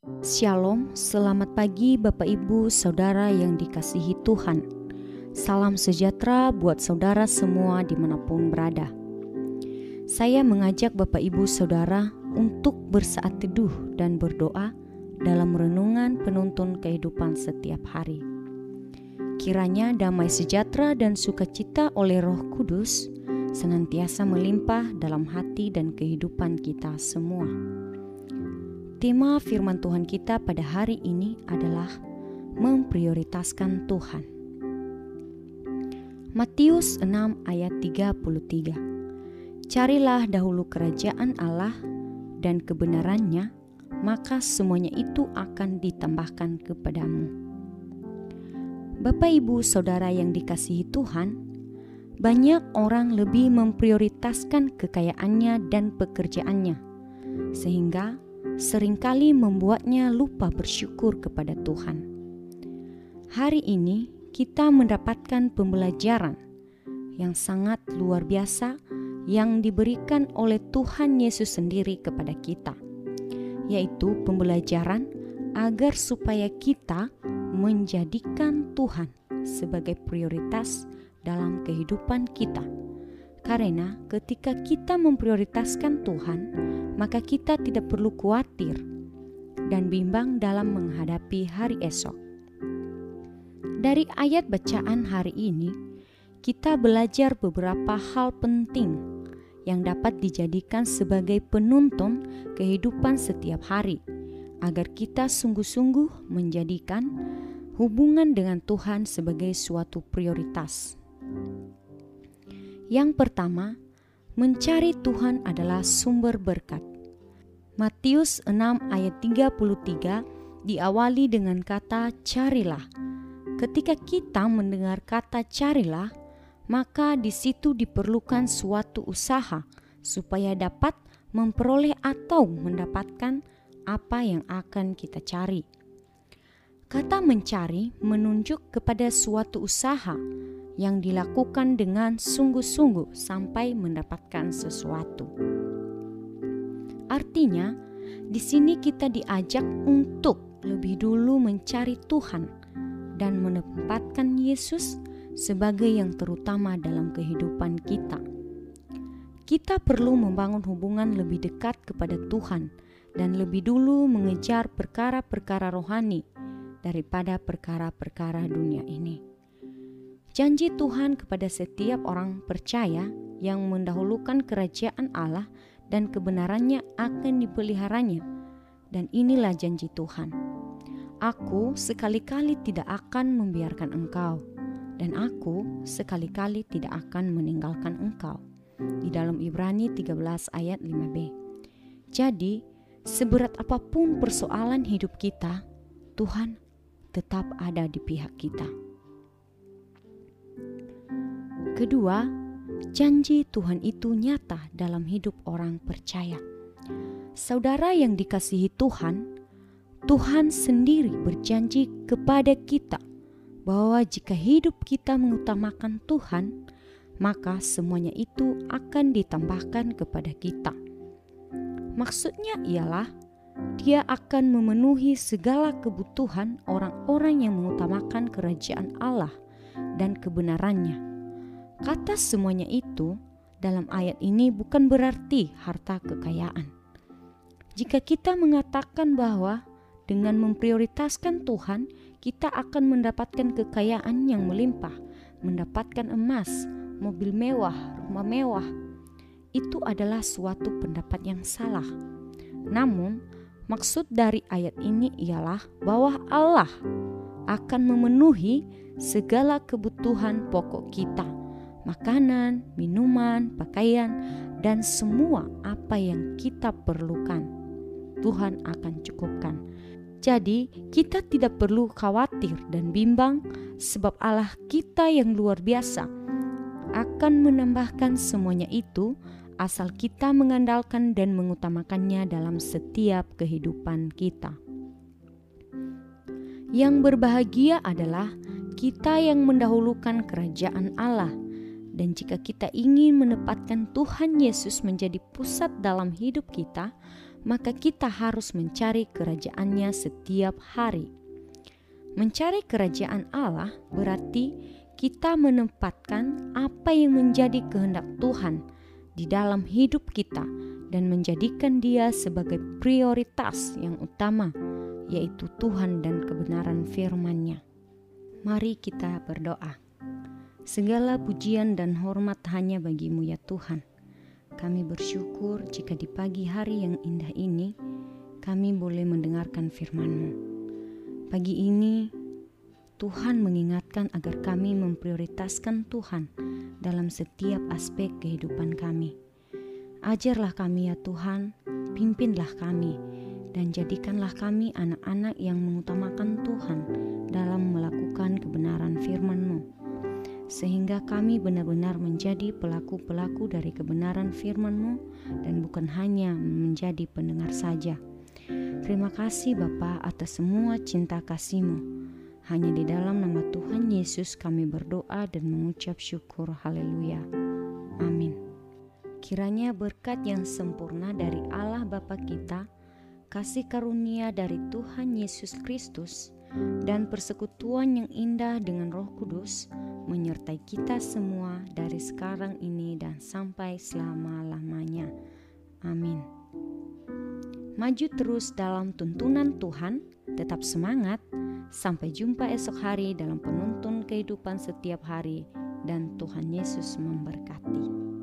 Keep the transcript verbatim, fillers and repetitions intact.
Shalom, selamat pagi Bapak Ibu Saudara yang dikasihi Tuhan. Salam sejahtera buat saudara semua dimanapun berada. Saya mengajak Bapak Ibu Saudara untuk bersaat teduh dan berdoa dalam renungan penuntun kehidupan setiap hari. Kiranya damai sejahtera dan sukacita oleh Roh Kudus senantiasa melimpah dalam hati dan kehidupan kita semua. Tema firman Tuhan kita pada hari ini adalah memprioritaskan Tuhan. Matius enam ayat tiga puluh tiga. Carilah dahulu kerajaan Allah dan kebenarannya, maka semuanya itu akan ditambahkan kepadamu. Bapak Ibu Saudara yang dikasihi Tuhan, banyak orang lebih memprioritaskan kekayaannya dan pekerjaannya, sehingga seringkali membuatnya lupa bersyukur kepada Tuhan. Hari ini kita mendapatkan pembelajaran yang sangat luar biasa yang diberikan oleh Tuhan Yesus sendiri kepada kita, yaitu pembelajaran agar supaya kita menjadikan Tuhan sebagai prioritas dalam kehidupan kita. Karena ketika kita memprioritaskan Tuhan, maka kita tidak perlu khawatir dan bimbang dalam menghadapi hari esok. Dari ayat bacaan hari ini, kita belajar beberapa hal penting yang dapat dijadikan sebagai penuntun kehidupan setiap hari, agar kita sungguh-sungguh menjadikan hubungan dengan Tuhan sebagai suatu prioritas. Yang pertama, mencari Tuhan adalah sumber berkat. Matius enam ayat tiga puluh tiga diawali dengan kata carilah. Ketika kita mendengar kata carilah, maka di situ diperlukan suatu usaha supaya dapat memperoleh atau mendapatkan apa yang akan kita cari. Kata mencari menunjuk kepada suatu usaha yang dilakukan dengan sungguh-sungguh sampai mendapatkan sesuatu. Artinya, di sini kita diajak untuk lebih dulu mencari Tuhan dan menempatkan Yesus sebagai yang terutama dalam kehidupan kita. Kita perlu membangun hubungan lebih dekat kepada Tuhan dan lebih dulu mengejar perkara-perkara rohani daripada perkara-perkara dunia ini. Janji Tuhan kepada setiap orang percaya yang mendahulukan kerajaan Allah dan kebenarannya akan dipeliharanya. Dan inilah janji Tuhan. Aku sekali-kali tidak akan membiarkan engkau, dan aku sekali-kali tidak akan meninggalkan engkau. Di dalam Ibrani tiga belas ayat lima b. Jadi, seberat apapun persoalan hidup kita, Tuhan tetap ada di pihak kita. Kedua, janji Tuhan itu nyata dalam hidup orang percaya. Saudara yang dikasihi Tuhan, Tuhan sendiri berjanji kepada kita bahwa jika hidup kita mengutamakan Tuhan, maka semuanya itu akan ditambahkan kepada kita. Maksudnya ialah Dia akan memenuhi segala kebutuhan orang-orang yang mengutamakan kerajaan Allah dan kebenarannya. Kata semuanya itu dalam ayat ini bukan berarti harta kekayaan. Jika kita mengatakan bahwa dengan memprioritaskan Tuhan, kita akan mendapatkan kekayaan yang melimpah, mendapatkan emas, mobil mewah, rumah mewah, itu adalah suatu pendapat yang salah. Namun, maksud dari ayat ini ialah bahwa Allah akan memenuhi segala kebutuhan pokok kita. Makanan, minuman, pakaian, dan semua apa yang kita perlukan, Tuhan akan cukupkan. Jadi, kita tidak perlu khawatir dan bimbang sebab Allah kita yang luar biasa akan menambahkan semuanya itu asal kita mengandalkan dan mengutamakannya dalam setiap kehidupan kita. Yang berbahagia adalah kita yang mendahulukan kerajaan Allah. Dan jika kita ingin menempatkan Tuhan Yesus menjadi pusat dalam hidup kita, maka kita harus mencari kerajaan-Nya setiap hari. Mencari kerajaan Allah berarti kita menempatkan apa yang menjadi kehendak Tuhan di dalam hidup kita dan menjadikan Dia sebagai prioritas yang utama, yaitu Tuhan dan kebenaran firman-Nya. Mari kita berdoa. Segala pujian dan hormat hanya bagi-Mu ya Tuhan. Kami bersyukur jika di pagi hari yang indah ini kami boleh mendengarkan firman-Mu. Pagi ini Tuhan mengingatkan agar kami memprioritaskan Tuhan dalam setiap aspek kehidupan kami. Ajarlah kami ya Tuhan, pimpinlah kami, dan jadikanlah kami anak-anak yang mengutamakan Tuhan dalam melakukan kebenaran firman-Mu, sehingga kami benar-benar menjadi pelaku-pelaku dari kebenaran firman-Mu dan bukan hanya menjadi pendengar saja. Terima kasih Bapa atas semua cinta kasih-Mu. Hanya di dalam nama Tuhan Yesus kami berdoa dan mengucap syukur. Haleluya. Amin. Kiranya berkat yang sempurna dari Allah Bapa kita, kasih karunia dari Tuhan Yesus Kristus, dan persekutuan yang indah dengan Roh Kudus menyertai kita semua dari sekarang ini dan sampai selama-lamanya. Amin. Maju terus dalam tuntunan Tuhan, tetap semangat. Sampai jumpa esok hari dalam penuntun kehidupan setiap hari, dan Tuhan Yesus memberkati.